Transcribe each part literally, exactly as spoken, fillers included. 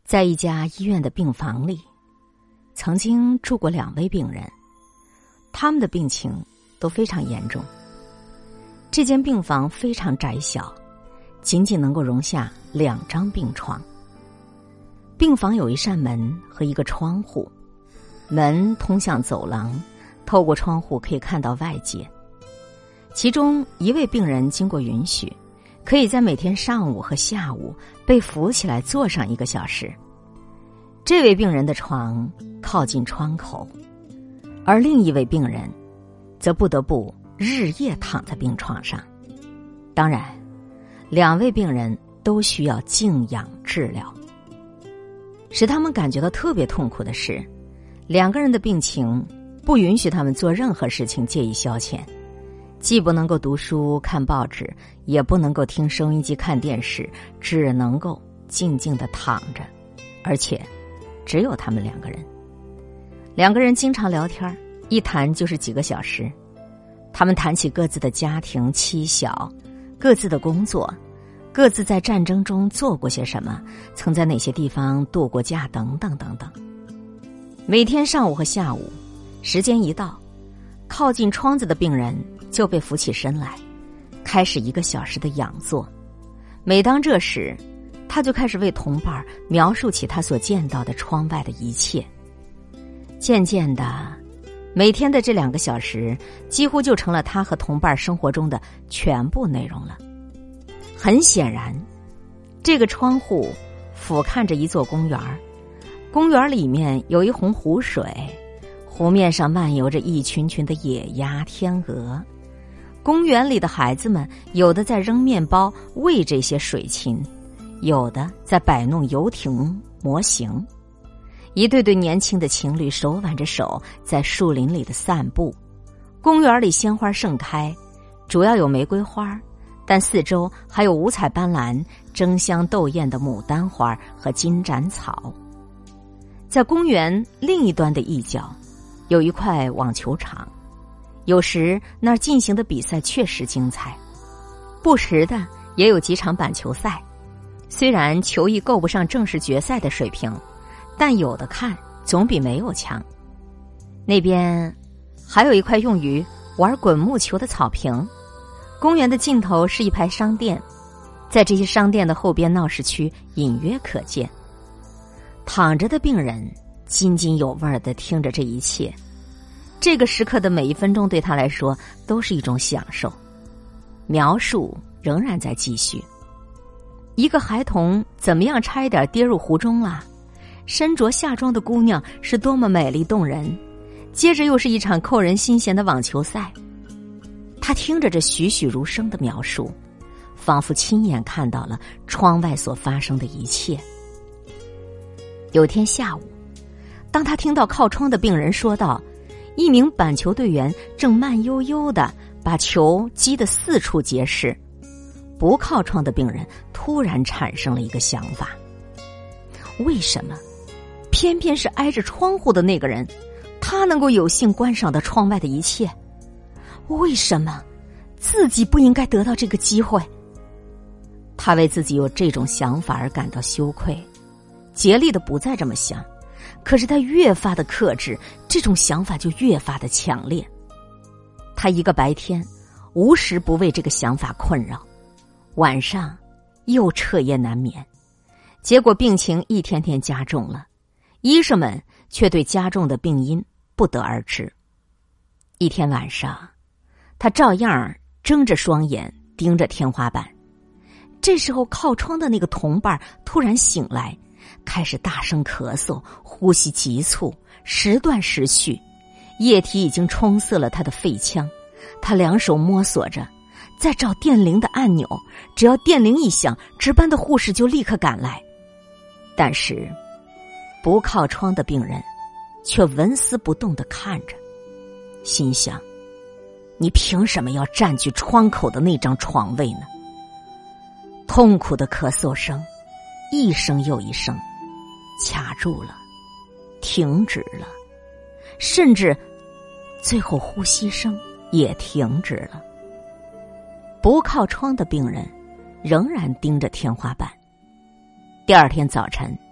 在一家医院的病房里，曾经住过两位病人，他们的病情都非常严重。这间病房非常窄小，仅仅能够容下两张病床。病房有一扇门和一个窗户，门通向走廊，透过窗户可以看到外界。其中一位病人经过允许，可以在每天上午和下午被扶起来坐上一个小时。这位病人的床靠近窗口，而另一位病人则不得不日夜躺在病床上。当然，两位病人都需要静养治疗。使他们感觉到特别痛苦的是，两个人的病情不允许他们做任何事情借以消遣，既不能够读书看报纸，也不能够听收音机看电视，只能够静静地躺着，而且只有他们两个人。两个人经常聊天，一谈就是几个小时。他们谈起各自的家庭妻小，各自的工作，各自在战争中做过些什么，曾在哪些地方度过假，等等等等。每天上午和下午，时间一到，靠近窗子的病人就被扶起身来，开始一个小时的仰坐。每当这时，他就开始为同伴描述起他所见到的窗外的一切。渐渐的，每天的这两个小时几乎就成了他和同伴生活中的全部内容了。很显然，这个窗户俯瞰着一座公园，公园里面有一泓湖水，湖面上漫游着一群群的野鸭、天鹅。公园里的孩子们，有的在扔面包喂这些水禽，有的在摆弄游艇模型。一对对年轻的情侣手挽着手在树林里的散步。公园里鲜花盛开，主要有玫瑰花，但四周还有五彩斑斓、争香斗艳的牡丹花和金盏草。在公园另一端的一角，有一块网球场，有时那儿进行的比赛确实精彩，不时的也有几场板球赛。虽然球艺够不上正式决赛的水平，但有的看总比没有强。那边还有一块用于玩滚木球的草坪。公园的尽头是一排商店，在这些商店的后边闹市区隐约可见。躺着的病人津津有味地听着这一切，这个时刻的每一分钟对他来说都是一种享受。描述仍然在继续。一个孩童怎么样差一点跌入湖中了？身着夏装的姑娘是多么美丽动人。接着又是一场扣人心弦的网球赛。他听着这栩栩如生的描述，仿佛亲眼看到了窗外所发生的一切。有天下午，当他听到靠窗的病人说道，一名板球队员正慢悠悠地把球击得四处皆是，不靠窗的病人突然产生了一个想法：为什么偏偏是挨着窗户的那个人，他能够有幸观赏到窗外的一切？为什么自己不应该得到这个机会？他为自己有这种想法而感到羞愧，竭力的不再这么想。可是他越发的克制，这种想法就越发的强烈。他一个白天无时不为这个想法困扰，晚上又彻夜难眠，结果病情一天天加重了。医生们却对加重的病因不得而知。一天晚上，他照样睁着双眼盯着天花板。这时候靠窗的那个同伴突然醒来，开始大声咳嗽，呼吸急促，时断时续，液体已经冲塞了他的肺腔。他两手摸索着在找电铃的按钮，只要电铃一响，值班的护士就立刻赶来。但是不靠窗的病人却纹丝不动地看着，心想：你凭什么要占据窗口的那张床位呢？痛苦的咳嗽声一声又一声，卡住了，停止了，甚至最后呼吸声也停止了。不靠窗的病人仍然盯着天花板。第二天早晨，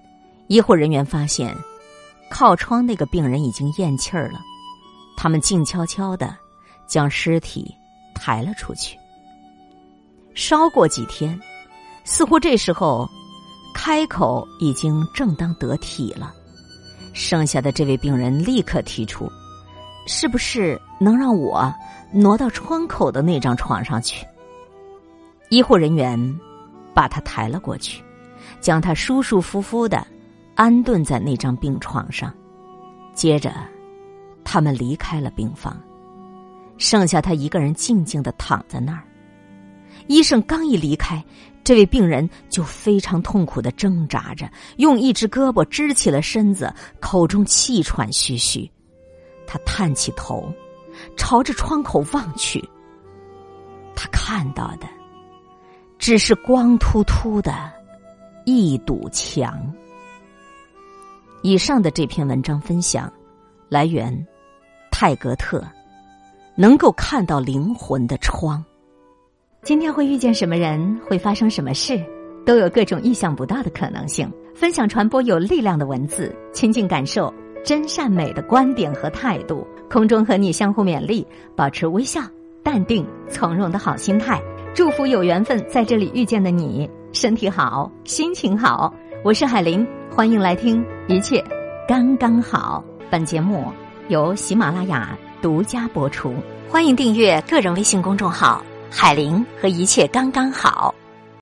医护人员发现靠窗那个病人已经咽气儿了，他们静悄悄地将尸体抬了出去。稍过几天，似乎这时候开口已经正当得体了，剩下的这位病人立刻提出，是不是能让我挪到窗口的那张床上去？医护人员把他抬了过去，将他舒舒服服地安顿在那张病床上。接着他们离开了病房，剩下他一个人静静地躺在那儿。医生刚一离开，这位病人就非常痛苦地挣扎着，用一只胳膊支起了身子，口中气喘吁吁。他探起头，朝着窗口望去，他看到的只是光秃秃的一堵墙。以上的这篇文章分享来源泰格特，能够看到灵魂的窗。今天会遇见什么人，会发生什么事，都有各种意想不到的可能性。分享传播有力量的文字，亲近感受真善美的观点和态度。空中和你相互勉励，保持微笑、淡定、从容的好心态。祝福有缘分在这里遇见的你，身体好，心情好。我是海玲，欢迎来听一切刚刚好。本节目由喜马拉雅独家播出，欢迎订阅个人微信公众号海玲和一切刚刚好。